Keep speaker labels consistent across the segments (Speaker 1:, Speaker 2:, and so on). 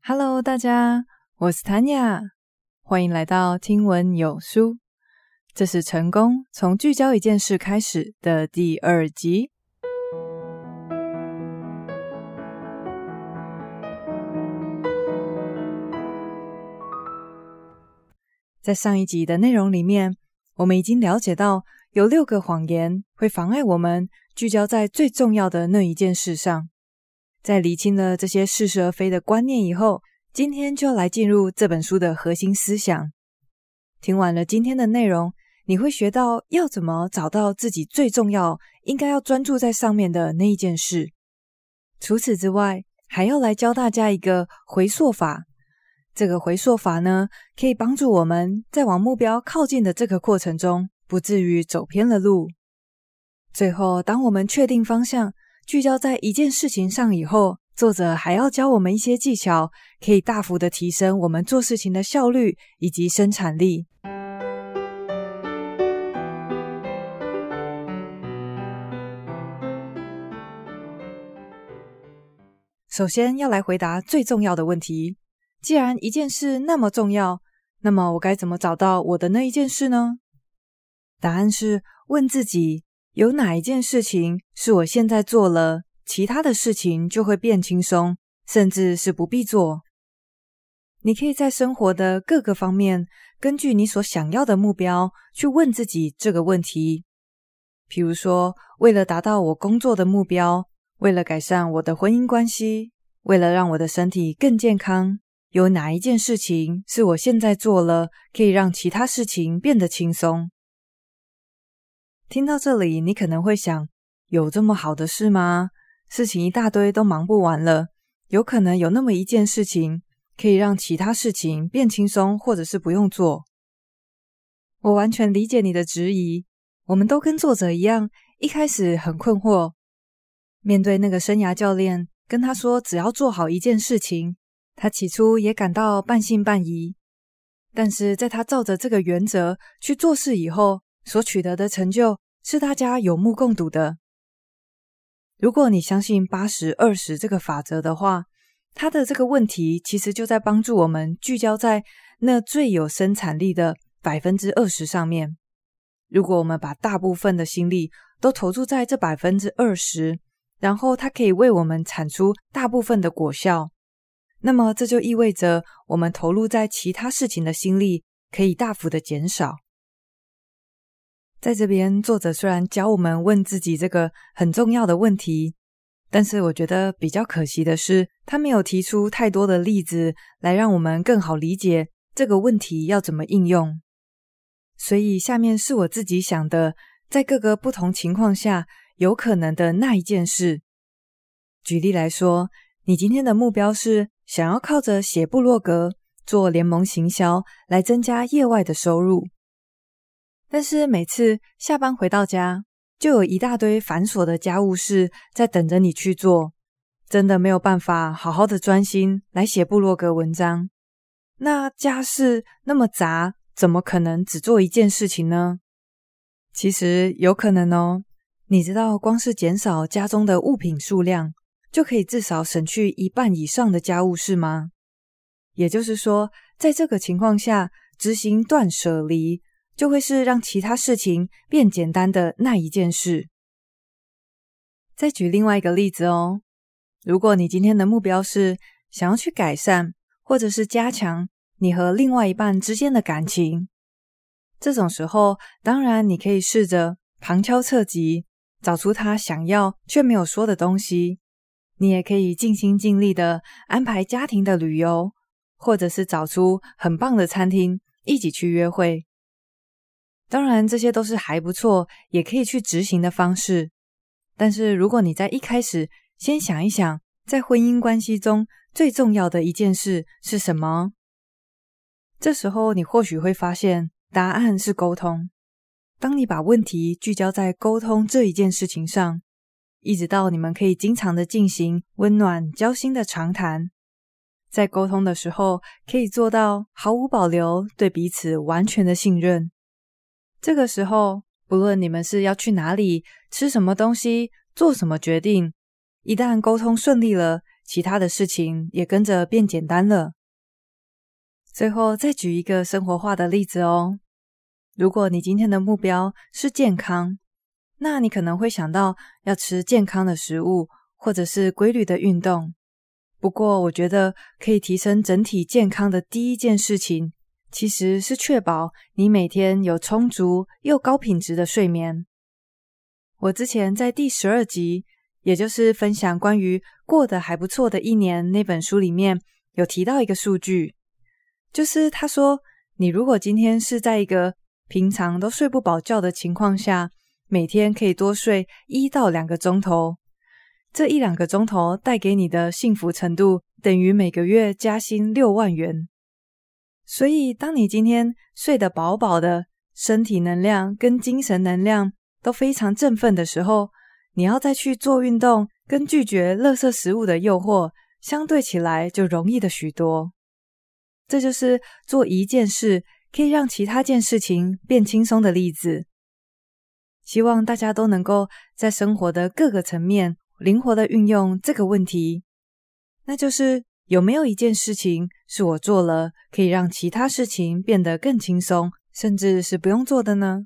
Speaker 1: Hello， 大家，我是谭雅，欢迎来到听闻有书。这是成功从聚焦一件事开始的第2集。在上一集的内容里面，我们已经了解到有6个谎言会妨碍我们聚焦在最重要的那一件事上。在厘清了这些似是而非的观念以后，今天就要来进入这本书的核心思想。听完了今天的内容，你会学到要怎么找到自己最重要应该要专注在上面的那一件事。除此之外，还要来教大家一个回溯法。这个回溯法呢，可以帮助我们在往目标靠近的这个过程中不至于走偏了路。最后，当我们确定方向，聚焦在一件事情上以后，作者还要教我们一些技巧，可以大幅的提升我们做事情的效率以及生产力。首先要来回答最重要的问题，既然一件事那么重要，那么我该怎么找到我的那一件事呢？答案是问自己，有哪一件事情是我现在做了，其他的事情就会变轻松，甚至是不必做。你可以在生活的各个方面，根据你所想要的目标去问自己这个问题。比如说，为了达到我工作的目标，为了改善我的婚姻关系，为了让我的身体更健康，有哪一件事情是我现在做了，可以让其他事情变得轻松？听到这里，你可能会想，有这么好的事吗？事情一大堆都忙不完了，有可能有那么一件事情可以让其他事情变轻松，或者是不用做。我完全理解你的质疑，我们都跟作者一样，一开始很困惑。面对那个生涯教练跟他说只要做好一件事情，他起初也感到半信半疑，但是在他照着这个原则去做事以后，所取得的成就是大家有目共睹的。如果你相信80-20这个法则的话，它的这个问题其实就在帮助我们聚焦在那最有生产力的20%上面。如果我们把大部分的心力都投注在这20%，然后它可以为我们产出大部分的果效，那么这就意味着我们投入在其他事情的心力可以大幅的减少。在这边，作者虽然教我们问自己这个很重要的问题，但是我觉得比较可惜的是，他没有提出太多的例子来让我们更好理解这个问题要怎么应用。所以下面是我自己想的，在各个不同情况下有可能的那一件事。举例来说，你今天的目标是想要靠着写部落格、做联盟行销来增加业外的收入。但是每次下班回到家，就有一大堆繁琐的家务事在等着你去做，真的没有办法好好的专心来写部落格文章。那家事那么杂，怎么可能只做一件事情呢？其实有可能哦。你知道光是减少家中的物品数量，就可以至少省去1半以上的家务事吗？也就是说，在这个情况下，执行断舍离就会是让其他事情变简单的那一件事。再举另外一个例子哦，如果你今天的目标是想要去改善或者是加强你和另外一半之间的感情，这种时候当然你可以试着旁敲侧击，找出他想要却没有说的东西。你也可以尽心尽力的安排家庭的旅游，或者是找出很棒的餐厅一起去约会。当然这些都是还不错也可以去执行的方式，但是如果你在一开始先想一想，在婚姻关系中最重要的一件事是什么，这时候你或许会发现答案是沟通。当你把问题聚焦在沟通这一件事情上，一直到你们可以经常的进行温暖交心的长谈，在沟通的时候可以做到毫无保留对彼此完全的信任。这个时候，不论你们是要去哪里，吃什么东西，做什么决定，一旦沟通顺利了， 其他的事情也跟着变简单了。最后再举一个生活化的例子哦。如果你今天的目标是健康，那你可能会想到要吃健康的食物，或者是规律的运动。不过我觉得可以提升整体健康的第一件事情，其实是确保你每天有充足又高品质的睡眠。我之前在第12集，也就是分享关于过得还不错的一年那本书里面，有提到一个数据，就是他说你如果今天是在一个平常都睡不饱觉的情况下，每天可以多睡1到2个钟头，这1-2个钟头带给你的幸福程度等于每个月加薪6万元。所以当你今天睡得饱饱的，身体能量跟精神能量都非常振奋的时候，你要再去做运动跟拒绝垃圾食物的诱惑，相对起来就容易的许多。这就是做一件事可以让其他件事情变轻松的例子。希望大家都能够在生活的各个层面灵活的运用这个问题，那就是有没有一件事情是我做了可以让其他事情变得更轻松，甚至是不用做的呢？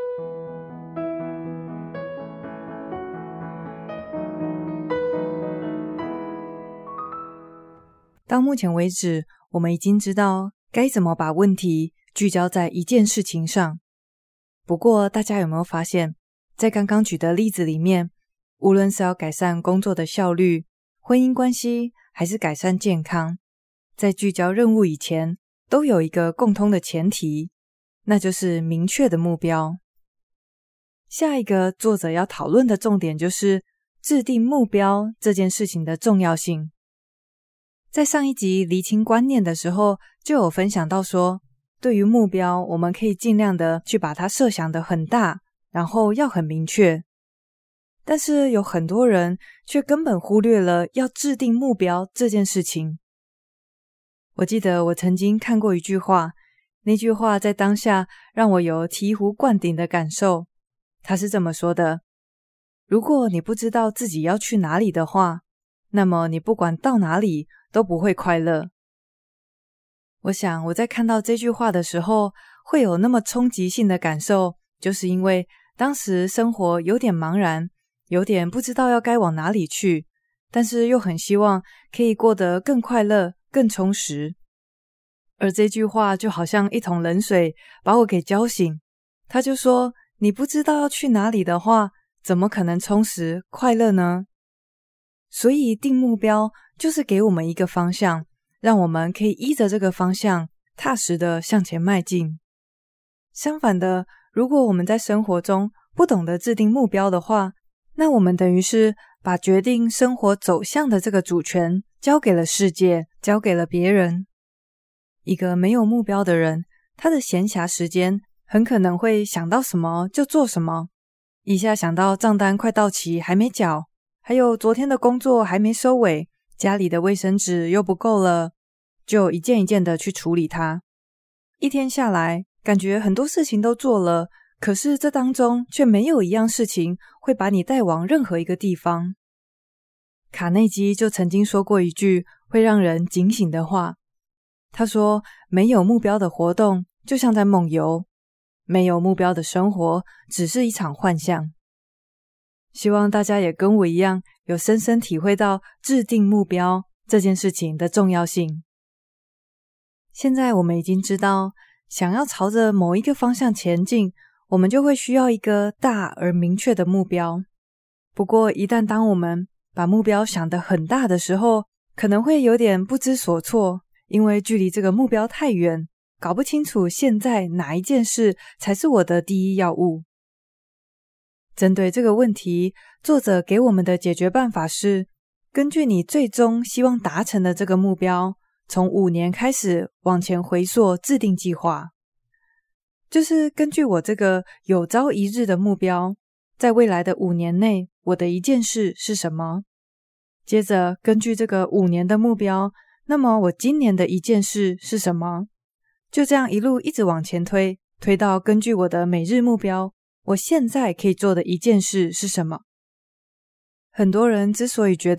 Speaker 1: 到目前为止，我们已经知道该怎么把问题聚焦在一件事情上。不过大家有没有发现，在刚刚举的例子里面，无论是要改善工作的效率、婚姻关系，还是改善健康，在聚焦任务以前，都有一个共通的前提，那就是明确的目标。下一个作者要讨论的重点就是制定目标这件事情的重要性。在上一集厘清观念的时候，就有分享到说，对于目标，我们可以尽量的去把它设想得很大，然后要很明确。但是有很多人却根本忽略了要制定目标这件事情。我记得我曾经看过一句话，那句话在当下让我有醍醐灌顶的感受。他是这么说的：如果你不知道自己要去哪里的话，那么你不管到哪里都不会快乐。我想我在看到这句话的时候会有那么冲击性的感受，就是因为当时生活有点茫然，有点不知道要该往哪里去，但是又很希望可以过得更快乐、更充实。而这句话就好像一桶冷水把我给浇醒。他就说，你不知道要去哪里的话，怎么可能充实快乐呢？所以定目标就是给我们一个方向，让我们可以依着这个方向踏实的向前迈进。相反的，如果我们在生活中不懂得制定目标的话，那我们等于是把决定生活走向的这个主权交给了世界，交给了别人。一个没有目标的人，他的闲暇时间很可能会想到什么就做什么，一下想到账单快到期还没缴，还有昨天的工作还没收尾，家里的卫生纸又不够了，就一件一件的去处理它。一天下来，感觉很多事情都做了，可是这当中却没有一样事情会把你带往任何一个地方。卡内基就曾经说过一句会让人警醒的话，他说，没有目标的活动就像在梦游，没有目标的生活只是一场幻象。希望大家也跟我一样，有深深体会到制定目标这件事情的重要性。现在我们已经知道，想要朝着某一个方向前进，我们就会需要一个大而明确的目标。不过一旦当我们把目标想得很大的时候，可能会有点不知所措，因为距离这个目标太远，搞不清楚现在哪一件事才是我的第一要务。针对这个问题，作者给我们的解决办法是，根据你最终希望达成的这个目标，从5年开始往前回溯制定计划。就是根据我这个有朝一日的目标，在未来的5年内，我的一件事是什么？接着根据这个5年的目标，那么我今年的一件事是什么？就这样一路一直往前推，推到根据我的每日目标，我现在可以做的一件事是什么？很多人之所以觉得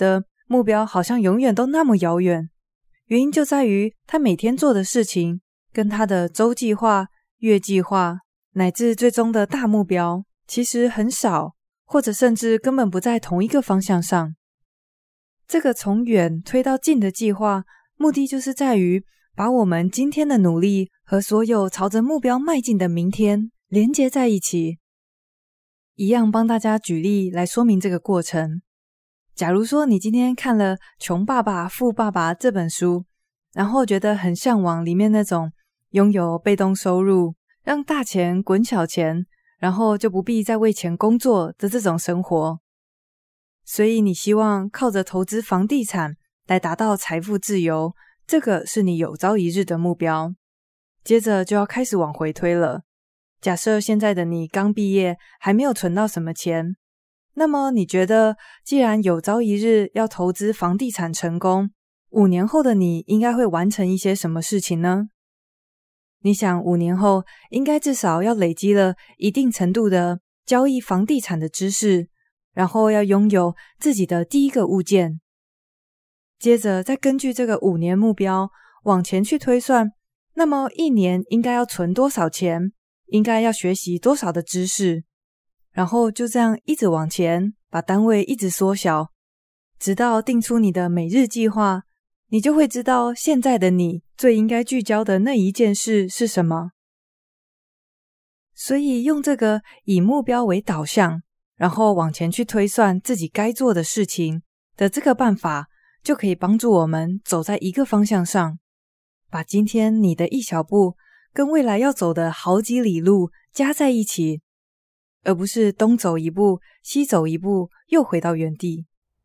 Speaker 1: 目标好像永远都那么遥远。原因就在于他每天做的事情跟他的周计划、月计划乃至最终的大目标其实很少，或者甚至根本不在同一个方向上。这个从远推到近的计划，目的就是在于把我们今天的努力和所有朝着目标迈进的明天连接在一起。一样帮大家举例来说明这个过程。假如说你今天看了《穷爸爸富爸爸》这本书，然后觉得很向往里面那种拥有被动收入，让大钱滚小钱，然后就不必再为钱工作的这种生活，所以你希望靠着投资房地产来达到财富自由，这个是你有朝一日的目标。接着就要开始往回推了。假设现在的你刚毕业，还没有存到什么钱，那么你觉得既然有朝一日要投资房地产成功，5年后的你应该会完成一些什么事情呢？你想5年后应该至少要累积了一定程度的交易房地产的知识，然后要拥有自己的第一个物件。接着再根据这个5年目标往前去推算，那么1年应该要存多少钱，应该要学习多少的知识，然后就这样一直往前，把单位一直缩小，直到定出你的每日计划，你就会知道现在的你最应该聚焦的那一件事是什么。所以用这个以目标为导向，然后往前去推算自己该做的事情的这个办法，就可以帮助我们走在一个方向上，把今天你的一小步跟未来要走的好几里路加在一起，而不是东走一步西走一步又回到原地。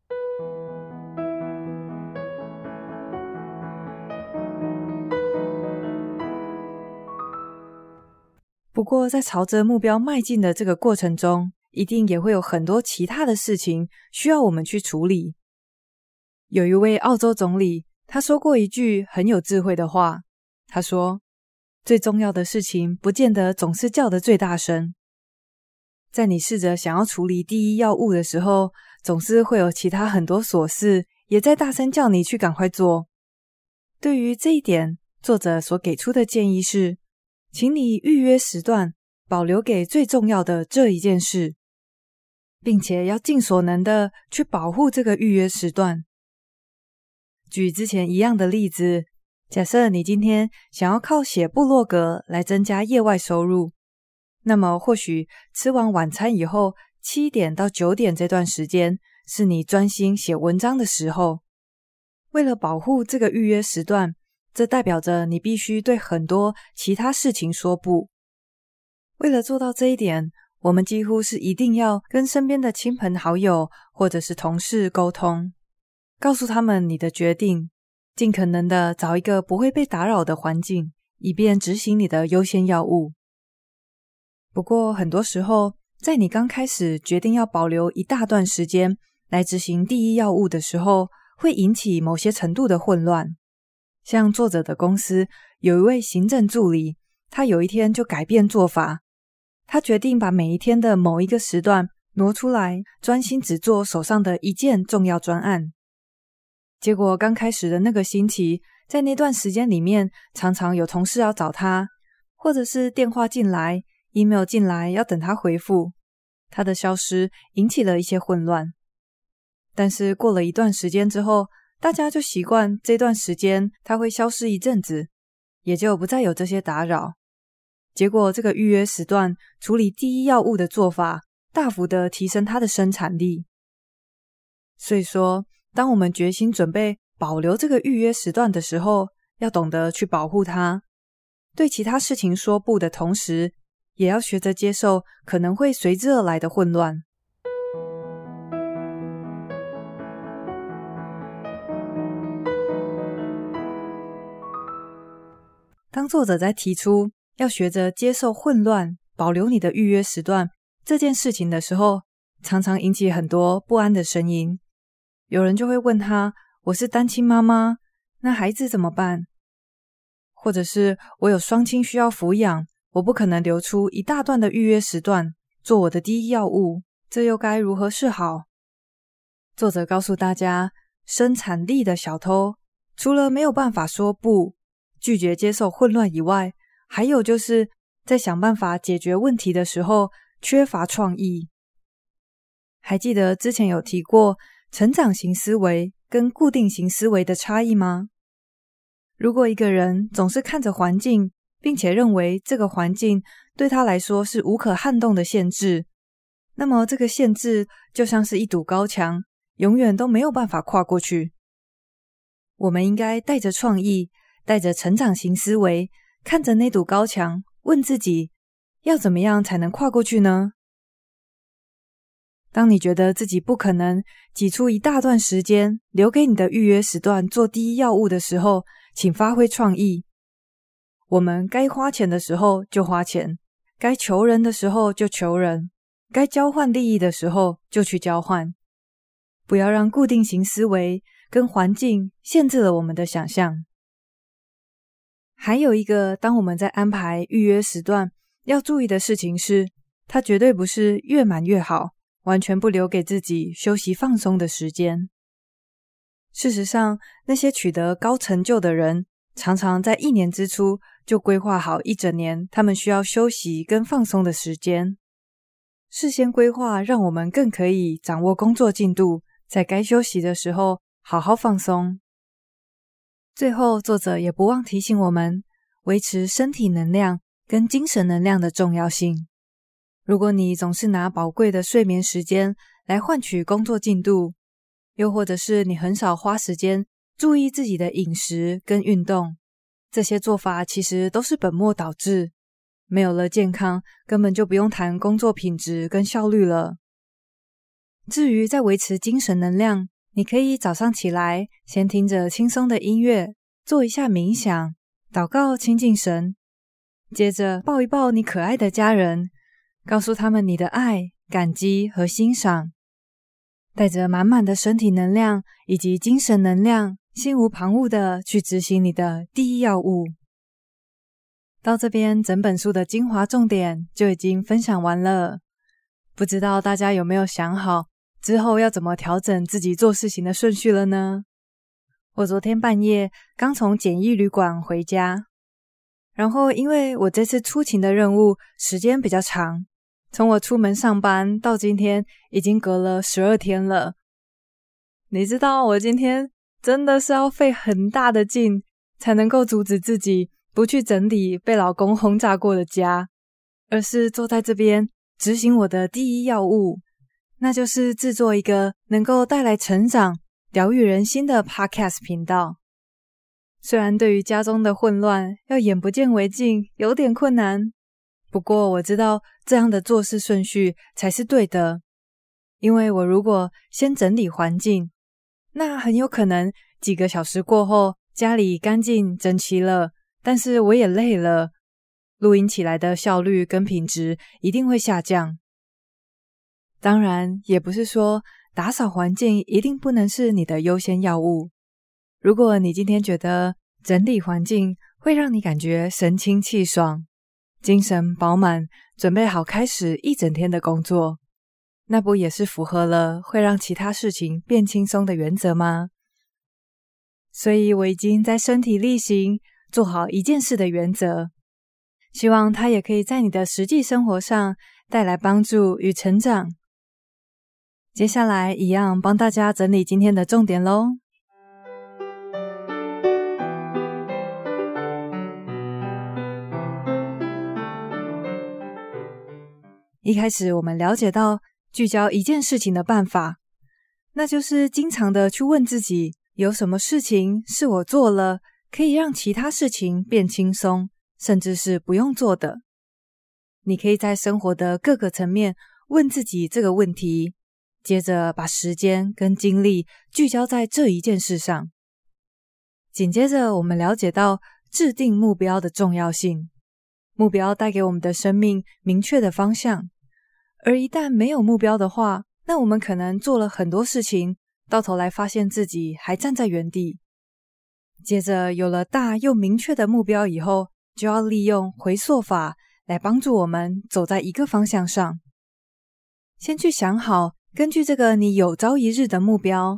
Speaker 1: 不过在朝着目标迈进的这个过程中，一定也会有很多其他的事情需要我们去处理。有一位澳洲总理，他说过一句很有智慧的话，他说，最重要的事情不见得总是叫得最大声。在你试着想要处理第一要务的时候，总是会有其他很多琐事也在大声叫你去赶快做。对于这一点，作者所给出的建议是，请你预约时段，保留给最重要的这一件事，并且要尽所能的去保护这个预约时段。举之前一样的例子，假设你今天想要靠写部落格来增加业外收入，那么或许吃完晚餐以后7点到9点这段时间是你专心写文章的时候。为了保护这个预约时段，这代表着你必须对很多其他事情说不。为了做到这一点，我们几乎是一定要跟身边的亲朋好友或者是同事沟通，告诉他们你的决定，尽可能的找一个不会被打扰的环境，以便执行你的优先要务。不过很多时候，在你刚开始决定要保留一大段时间来执行第一要务的时候，会引起某些程度的混乱。像作者的公司有一位行政助理，他有一天就改变做法，他决定把每一天的某一个时段挪出来，专心只做手上的一件重要专案。结果刚开始的那个星期，在那段时间里面，常常有同事要找他，或者是电话进来、email 进来要等他回复，他的消失引起了一些混乱。但是过了一段时间之后，大家就习惯这段时间他会消失一阵子，也就不再有这些打扰。结果这个预约时段处理第一要务的做法，大幅的提升他的生产力。所以说，当我们决心准备保留这个预约时段的时候，要懂得去保护它，对其他事情说不的同时，也要学着接受可能会随之而来的混乱。当作者在提出要学着接受混乱，保留你的预约时段这件事情的时候，常常引起很多不安的声音。有人就会问他，我是单亲妈妈，那孩子怎么办？或者是我有双亲需要抚养，我不可能留出一大段的预约时段做我的第一要务，这又该如何是好？作者告诉大家， 生产力的小偷，除了没有办法说不，拒绝接受混乱以外，还有就是在想办法解决问题的时候缺乏创意。还记得之前有提过成长型思维跟固定型思维的差异吗？如果一个人总是看着环境，并且认为这个环境对他来说是无可撼动的限制，那么这个限制就像是一堵高墙，永远都没有办法跨过去。我们应该带着创意，带着成长型思维，看着那堵高墙，问自己要怎么样才能跨过去呢？当你觉得自己不可能挤出一大段时间留给你的预约时段做第一要务的时候，请发挥创意。我们该花钱的时候就花钱，该求人的时候就求人，该交换利益的时候就去交换。不要让固定型思维跟环境限制了我们的想象。还有一个，当我们在安排预约时段要注意的事情是，它绝对不是越满越好，完全不留给自己休息放松的时间。事实上，那些取得高成就的人，常常在1年之初就规划好一整年他们需要休息跟放松的时间。事先规划让我们更可以掌握工作进度，在该休息的时候好好放松。最后，作者也不忘提醒我们，维持身体能量跟精神能量的重要性。如果你总是拿宝贵的睡眠时间来换取工作进度，又或者是你很少花时间注意自己的饮食跟运动，这些做法其实都是本末倒置。没有了健康，根本就不用谈工作品质跟效率了。至于在维持精神能量，你可以早上起来先听着轻松的音乐，做一下冥想、祷告亲近神，接着抱一抱你可爱的家人，告诉他们你的爱、感激和欣赏，带着满满的身体能量以及精神能量，心无旁骛的去执行你的第一要务。到这边，整本书的精华重点就已经分享完了。不知道大家有没有想好之后要怎么调整自己做事情的顺序了呢？我昨天半夜刚从简易旅馆回家，然后因为我这次出勤的任务时间比较长，从我出门上班到今天已经隔了12天了。你知道我今天真的是要费很大的劲才能够阻止自己不去整理被老公轰炸过的家，而是坐在这边执行我的第一要务，那就是制作一个能够带来成长、疗愈人心的 Podcast 频道。虽然对于家中的混乱要眼不见为净有点困难，不过我知道这样的做事顺序才是对的。因为我如果先整理环境，那很有可能几个小时过后家里干净整齐了，但是我也累了，录音起来的效率跟品质一定会下降。当然也不是说打扫环境一定不能是你的优先要务。如果你今天觉得整理环境会让你感觉神清气爽，精神饱满，准备好开始一整天的工作，那不也是符合了会让其他事情变轻松的原则吗？所以我已经在身体力行做好一件事的原则，希望它也可以在你的实际生活上带来帮助与成长。接下来一样帮大家整理今天的重点咯。一开始我们了解到聚焦一件事情的办法，那就是经常的去问自己，有什么事情是我做了可以让其他事情变轻松，甚至是不用做的。你可以在生活的各个层面问自己这个问题，接着把时间跟精力聚焦在这一件事上。紧接着我们了解到制定目标的重要性，目标带给我们的生命明确的方向，而一旦没有目标的话，那我们可能做了很多事情，到头来发现自己还站在原地。接着有了大又明确的目标以后，就要利用回溯法来帮助我们走在一个方向上。先去想好，根据这个你有朝一日的目标，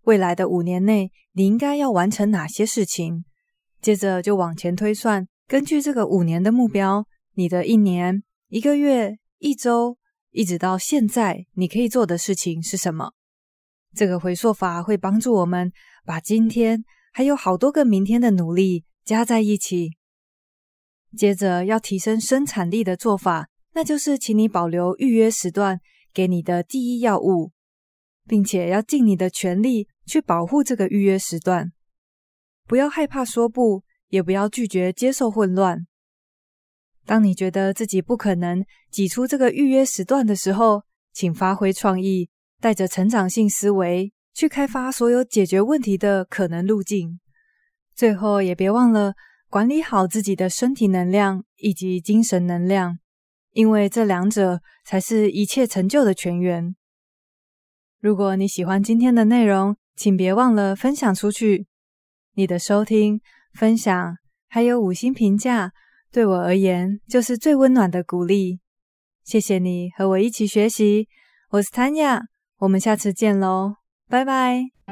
Speaker 1: 未来的5年内你应该要完成哪些事情，接着就往前推算，根据这个5年的目标，你的1年、1个月、1周，一直到现在你可以做的事情是什么。这个回溯法会帮助我们把今天还有好多个明天的努力加在一起。接着要提升生产力的做法，那就是请你保留预约时段给你的第一要务，并且要尽你的全力去保护这个预约时段。不要害怕说不，也不要拒绝接受混乱。当你觉得自己不可能挤出这个预约时段的时候，请发挥创意，带着成长性思维去开发所有解决问题的可能路径。最后也别忘了管理好自己的身体能量以及精神能量，因为这2者才是一切成就的泉源。如果你喜欢今天的内容，请别忘了分享出去。你的收听、分享还有5星评价，对我而言就是最温暖的鼓励。谢谢你和我一起学习，我是Tanya，我们下次见咯，拜拜。